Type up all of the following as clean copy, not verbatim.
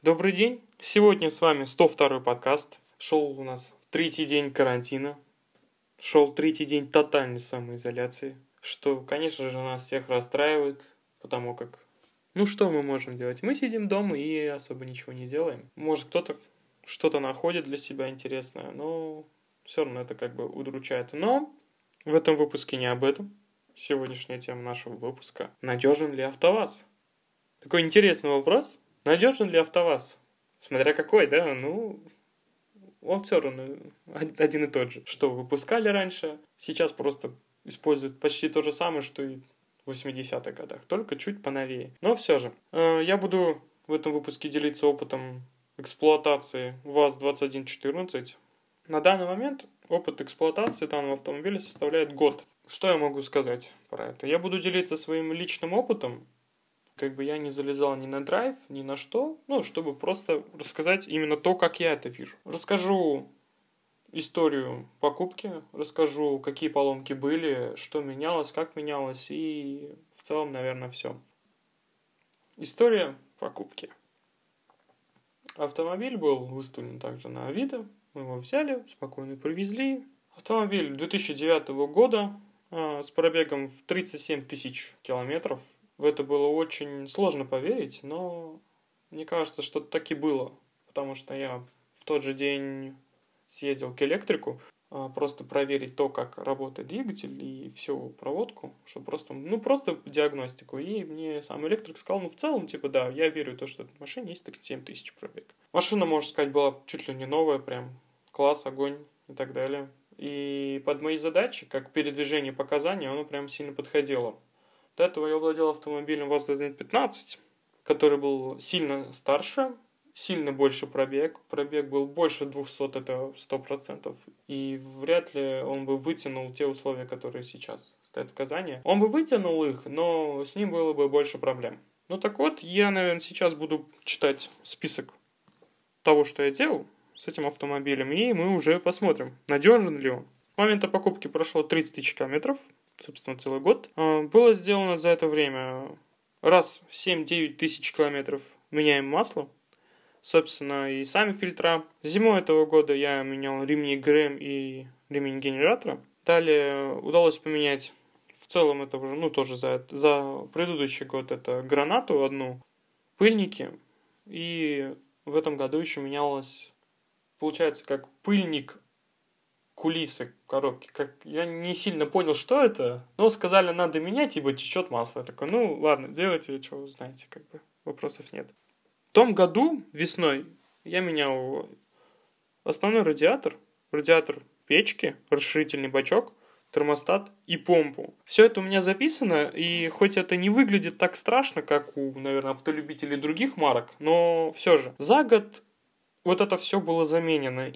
Добрый день! Сегодня с вами 102-й подкаст. Шел у нас третий день карантина. Шел третий день тотальной самоизоляции. Что, конечно же, нас всех расстраивает, потому как... что мы можем делать? Мы сидим дома и особо ничего не делаем. Может, кто-то что-то находит для себя интересное, но все равно это как бы удручает. Но в этом выпуске не об этом. Сегодняшняя тема нашего выпуска. Надежен ли АвтоВАЗ? Такой интересный вопрос. Надежен ли АвтоВАЗ? Смотря какой, да? Он все равно один и тот же. Что выпускали раньше, сейчас просто используют почти то же самое, что и в 80-х годах, только чуть поновее. Но все же, я буду в этом выпуске делиться опытом эксплуатации ВАЗ-2114. На данный момент опыт эксплуатации данного автомобиля составляет год. Что я могу сказать про это? Я буду делиться своим личным опытом. Я не залезал ни на драйв, ни на что, чтобы просто рассказать именно то, как я это вижу. Расскажу историю покупки, расскажу, какие поломки были, что менялось, как менялось, и в целом, наверное, все. История покупки. Автомобиль был выставлен также на Авито, мы его взяли, спокойно привезли. Автомобиль 2009 года с пробегом в 37 тысяч километров. В это было очень сложно поверить, но мне кажется, что так и было. Потому что я в тот же день съездил к электрику, просто проверить то, как работает двигатель и всю проводку, чтобы просто диагностику. И мне сам электрик сказал, в целом, да, я верю в то, что в машине есть 37 тысяч пробег. Машина, можно сказать, была чуть ли не новая, прям класс, огонь и так далее. И под мои задачи, как передвижение показаний, оно прям сильно подходило. До этого я владел автомобилем ВАЗ-2115, который был сильно старше, сильно больше пробег. Пробег был больше 200, это 100%. И вряд ли он бы вытянул те условия, которые сейчас стоят в Казани. Он бы вытянул их, но с ним было бы больше проблем. Так вот, я, наверное, сейчас буду читать список того, что я делал с этим автомобилем, и мы уже посмотрим, надежен ли он. С момента покупки прошло 30 тысяч километров, собственно, целый год. Было сделано за это время раз в 7-9 тысяч километров меняем масло. Собственно, и сами фильтра. Зимой этого года я менял ремни ГРМ и ремень генератора. Далее удалось поменять, в целом это уже, тоже за предыдущий год, это гранату одну, пыльники. И в этом году еще менялось, получается, как пыльник кулисы коробки. Я не сильно понял, что это, но сказали, надо менять, ибо течет масло. Я такой, ладно, делайте, что знаете, вопросов нет. В том году, весной, я менял основной радиатор печки, расширительный бачок, термостат и помпу. Все это у меня записано, и хоть это не выглядит так страшно, как у, наверное, автолюбителей других марок, но все же, за год вот это все было заменено,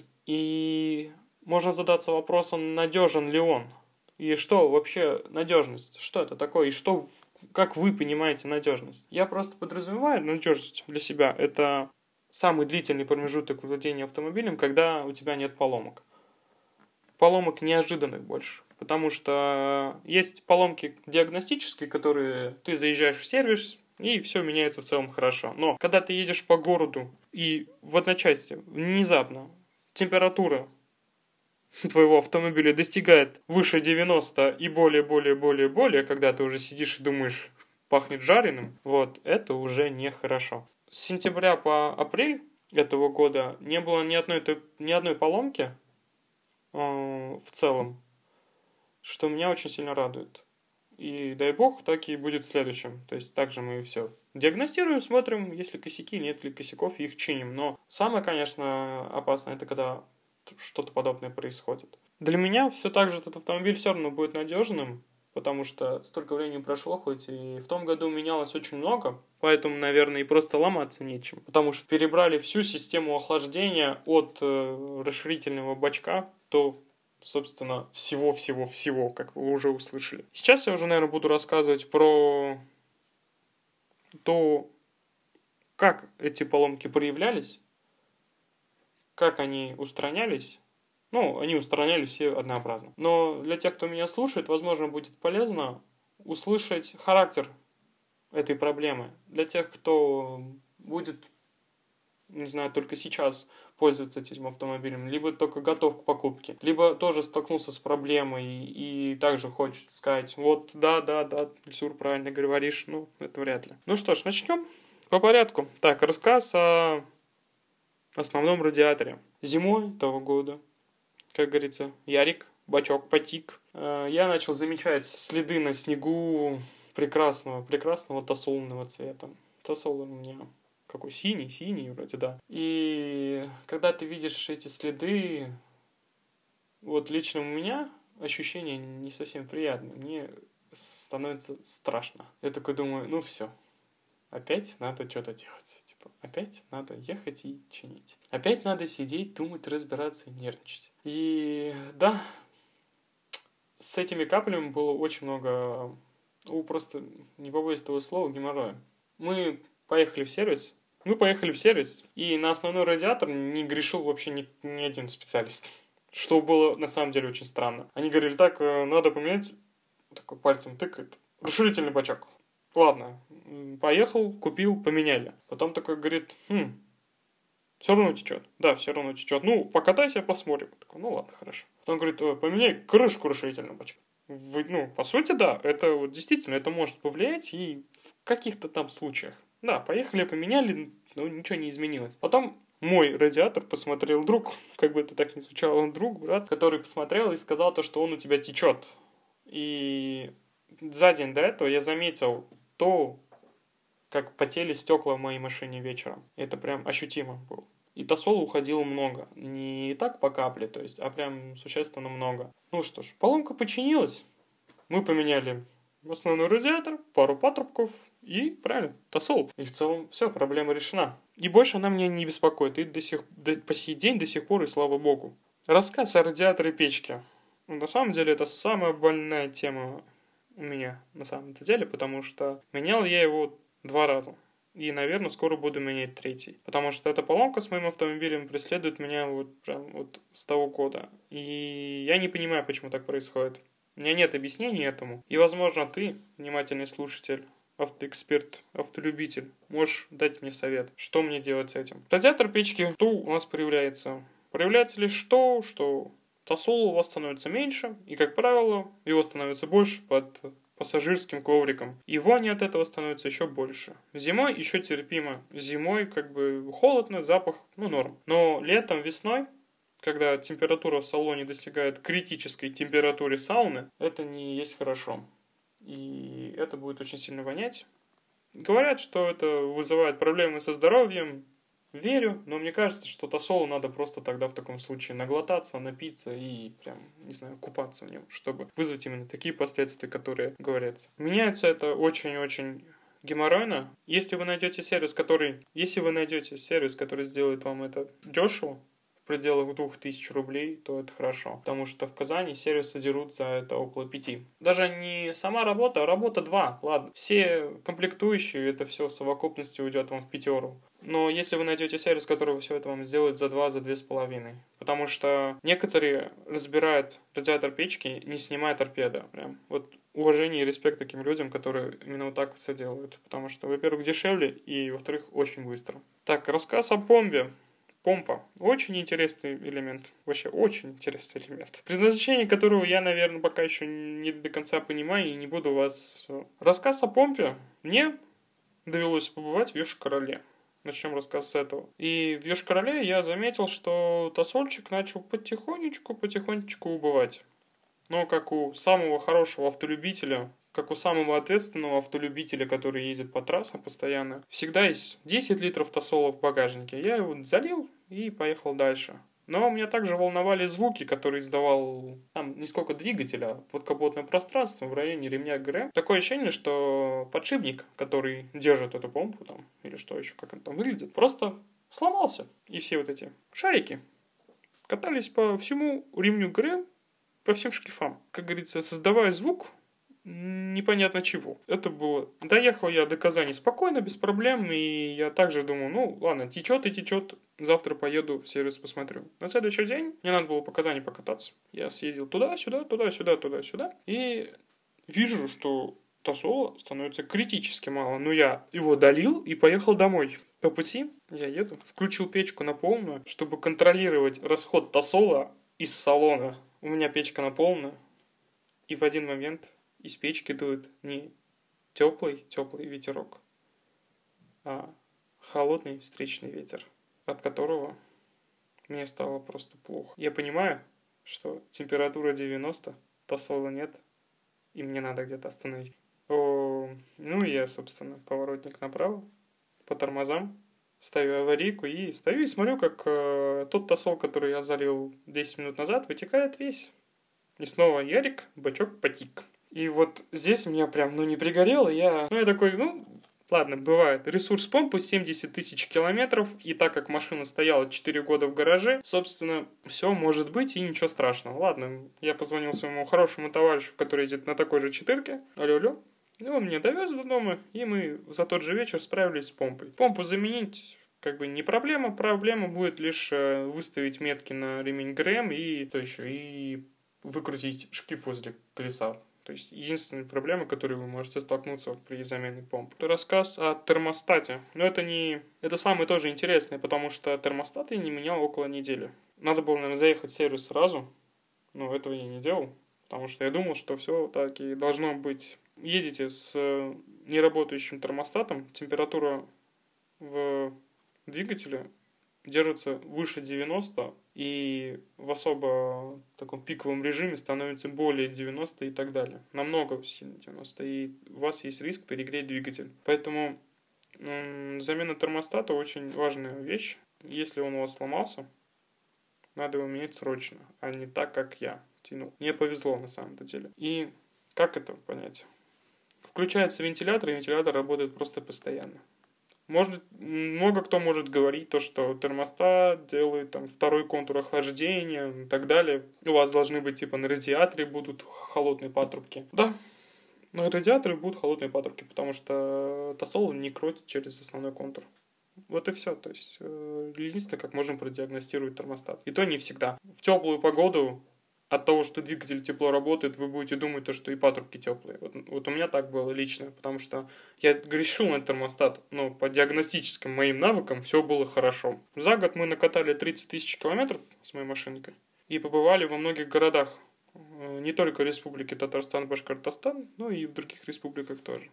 и можно задаться вопросом, надежен ли он. И что вообще надежность? Что это такое? И как вы понимаете надежность? Я просто подразумеваю надежность для себя. Это самый длительный промежуток владения автомобилем, когда у тебя нет поломок. Поломок неожиданных больше. Потому что есть поломки диагностические, которые ты заезжаешь в сервис, и все меняется в целом хорошо. Но когда ты едешь по городу, и в одночасье, внезапно, температура твоего автомобиля достигает выше 90 и более, когда ты уже сидишь и думаешь, пахнет жареным, это уже нехорошо. С сентября по апрель этого года не было ни одной поломки в целом, что меня очень сильно радует. И дай бог, так и будет в следующем. То есть также мы все диагностируем, смотрим, есть ли косяки, нет ли косяков, и их чиним. Но самое, конечно, опасное, это когда что-то подобное происходит. Для меня все так же этот автомобиль все равно будет надежным, потому что столько времени прошло, хоть и в том году менялось очень много, поэтому, наверное, и просто ломаться нечем. Потому что перебрали всю систему охлаждения от расширительного бачка до, собственно, всего, как вы уже услышали. Сейчас я уже, наверное, буду рассказывать про то, как эти поломки проявлялись, как они устранялись. Они устранялись все однообразно. Но для тех, кто меня слушает, возможно, будет полезно услышать характер этой проблемы. Для тех, кто будет не знаю, только сейчас пользуется этим автомобилем, либо только готов к покупке, либо тоже столкнулся с проблемой и также хочет сказать, вот, да, Ильсур, правильно говоришь, ну, это вряд ли. Ну что ж, начнем по порядку. Так, рассказ о основном радиаторе. Зимой того года, как говорится, Ярик, бачок потик, я начал замечать следы на снегу прекрасного тосолного цвета. Тосол у меня какой синий вроде, да. И когда ты видишь эти следы, вот лично у меня ощущение не совсем приятное. Мне становится страшно. Я такой думаю, ну все, опять надо что-то делать. Типа, опять надо ехать и чинить. Опять надо сидеть, думать, разбираться и нервничать. И да, с этими каплями было очень много, просто не побоюсь этого слова, геморроя. Мы поехали в сервис, и на основной радиатор не грешил вообще ни один специалист. Что было на самом деле очень странно. Они говорили, так, надо поменять, такой пальцем тыкает, расширительный бачок. Ладно, поехал, купил, поменяли. Потом такой говорит, все равно течет. Да, все равно течет. Ну, покатайся, посмотрим. Такой, ну ладно, хорошо. Потом говорит, поменяй крышку расширительного бачка. По сути, да, это вот действительно, это может повлиять и в каких-то там случаях. Да, поехали, поменяли, но ничего не изменилось. Потом мой радиатор посмотрел друг, как бы это так ни звучало, он друг, брат, который посмотрел и сказал то, что он у тебя течет. И за день до этого я заметил то, как потели стекла в моей машине вечером. Это прям ощутимо было. И тосола уходило много. Не так по капле, то есть, а прям существенно много. Ну что ж, поломка починилась. Мы поменяли основной радиатор, пару патрубков и, правильно, тосол. И в целом все, проблема решена. И больше она меня не беспокоит. И по сей день до сих пор, и слава богу. Рассказ о радиаторе печки. На самом деле, это самая больная тема у меня, на самом-то деле, потому что менял я его 2 раза. И, наверное, скоро буду менять 3. Потому что эта поломка с моим автомобилем преследует меня вот с того года. И я не понимаю, почему так происходит. У меня нет объяснений этому. И, возможно, ты, внимательный слушатель, автоэксперт, автолюбитель, можешь дать мне совет, что мне делать с этим. Радиатор печки, что у нас проявляется? Проявляется лишь то, что тосола у вас становится меньше, и, как правило, его становится больше под пассажирским ковриком. И вони от этого становится еще больше. Зимой еще терпимо. Зимой как бы холодно, запах, норм. Но летом, весной, когда температура в салоне достигает критической температуры сауны, это не есть хорошо. И это будет очень сильно вонять. Говорят, что это вызывает проблемы со здоровьем. Верю, но мне кажется, что тосолу надо просто тогда в таком случае наглотаться, напиться и прям, не знаю, купаться в нем, чтобы вызвать именно такие последствия, которые говорятся. Меняется это очень-очень геморройно. Если вы найдете сервис, который сделает вам это дешево, в пределах 2000 рублей, то это хорошо. Потому что в Казани сервисы дерут за это около 5. Даже не сама работа, а работа 2. Ладно, все комплектующие, это все в совокупности уйдет вам в 5. Но если вы найдете сервис, который все это вам сделает за 2, за 2,5. Потому что некоторые разбирают радиатор печки, не снимая торпеды. Прям вот уважение и респект таким людям, которые именно вот так все делают. Потому что, во-первых, дешевле, и, во-вторых, очень быстро. Так, рассказ о помпе. Помпа. Очень интересный элемент. Вообще очень интересный элемент. Предназначение которого я, наверное, пока еще не до конца понимаю и не буду вас... Рассказ о помпе. Мне довелось побывать в Йошкар-Оле. Начнем рассказ с этого. И в Йошкар-Оле я заметил, что тосольчик начал потихонечку убывать. Но как у самого хорошего автолюбителя, как у самого ответственного автолюбителя, который ездит по трассам постоянно, всегда есть 10 литров тосола в багажнике. Я его залил и поехал дальше. Но меня также волновали звуки, которые издавал там не сколько двигателя, а подкапотное пространство в районе ремня ГРМ. Такое ощущение, что подшипник, который держит эту помпу, там, или что еще, как он там выглядит, просто сломался. И все вот эти шарики катались по всему ремню ГРМ, по всем шкифам. Как говорится, создавая звук непонятно чего. Это было... Доехал я до Казани спокойно, без проблем, и я также думал, ладно, течет и течет, завтра поеду в сервис посмотрю. На следующий день мне надо было по Казани покататься. Я съездил туда-сюда, и вижу, что тосола становится критически мало. Но я его долил и поехал домой. По пути я еду, включил печку на полную, чтобы контролировать расход тосола из салона. У меня печка на полную, и в один момент из печки дует не теплый ветерок, а холодный встречный ветер, от которого мне стало просто плохо. Я понимаю, что температура 90, тосола нет, и мне надо где-то остановить. Ну, я, собственно, поворотник направо, по тормозам, ставлю аварийку и стою и смотрю, как тот тосол, который я залил 10 минут назад, вытекает весь. И снова Ярик, бачок потик. И вот здесь меня прям, не пригорело. Я такой, ладно, бывает. Ресурс помпы 70 тысяч километров. И так как машина стояла 4 года в гараже, собственно, все может быть и ничего страшного. Ладно, я позвонил своему хорошему товарищу, который едет на такой же четырке. Алло. И он меня довез до дома, и мы за тот же вечер справились с помпой. Помпу заменить не проблема. Проблема будет лишь выставить метки на ремень ГРМ и выкрутить шкив возле колеса. То есть единственная проблема, которой вы можете столкнуться при замене помп. Рассказ о термостате. Но это самое тоже интересное, потому что термостат я не менял около недели. Надо было, наверное, заехать в сервис сразу, но этого я не делал, потому что я думал, что все так и должно быть. Едете с неработающим термостатом, температура в двигателе держится выше 90, и в особо таком пиковом режиме становится более 90 и так далее. Намного сильно 90, и у вас есть риск перегреть двигатель. Поэтому замена термостата очень важная вещь. Если он у вас сломался, надо его менять срочно, а не так, как я тянул. Мне повезло на самом деле. И как это понять? Включается вентилятор, и вентилятор работает просто постоянно. Много кто может говорить то, что термостат делает второй контур охлаждения и так далее. У вас должны быть на радиаторе будут холодные патрубки. Да, на радиаторе будут холодные патрубки, потому что тосол не крутит через основной контур. Вот и все. То есть единственное, как можем продиагностировать термостат. И то не всегда. В теплую погоду от того, что двигатель тепло работает, вы будете думать, что и патрубки теплые. Вот у меня так было лично, потому что я грешил на термостат, но по диагностическим моим навыкам все было хорошо. За год мы накатали 30 тысяч километров с моей машинкой и побывали во многих городах. Не только в республике Татарстан, Башкортостан, но и в других республиках тоже.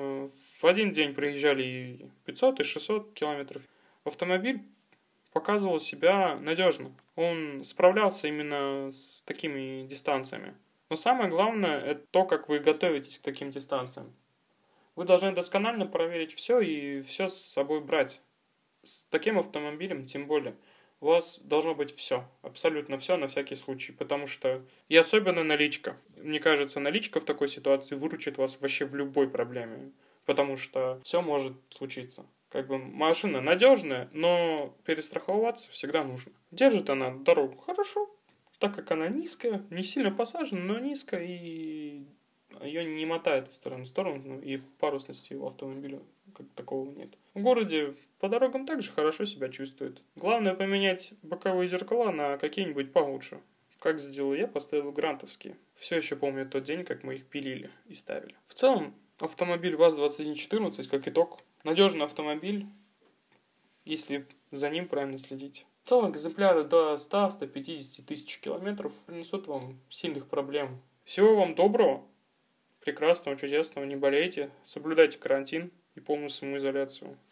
В один день проезжали и 500, и 600 километров. Автомобиль показывал себя надежно. Он справлялся именно с такими дистанциями. Но самое главное, это то, как вы готовитесь к таким дистанциям. Вы должны досконально проверить все и все с собой брать. С таким автомобилем тем более. У вас должно быть все, абсолютно все на всякий случай, потому что и особенно наличка. Мне кажется, наличка в такой ситуации выручит вас вообще в любой проблеме, потому что все может случиться. Машина надежная, но перестраховаться всегда нужно. Держит она дорогу хорошо, так как она низкая, не сильно посажена, но низкая, и ее не мотает из стороны в сторону, и парусности у автомобиля как такового нет. В городе по дорогам также хорошо себя чувствует. Главное поменять боковые зеркала на какие-нибудь получше. Как сделал я, поставил грантовские. Все еще помню тот день, как мы их пилили и ставили. В целом, автомобиль ВАЗ-2114, как итог, надежный автомобиль, если за ним правильно следить. В целом, экземпляры до 100-150 тысяч километров принесут вам сильных проблем. Всего вам доброго, прекрасного, чудесного, не болейте, соблюдайте карантин и полную самоизоляцию.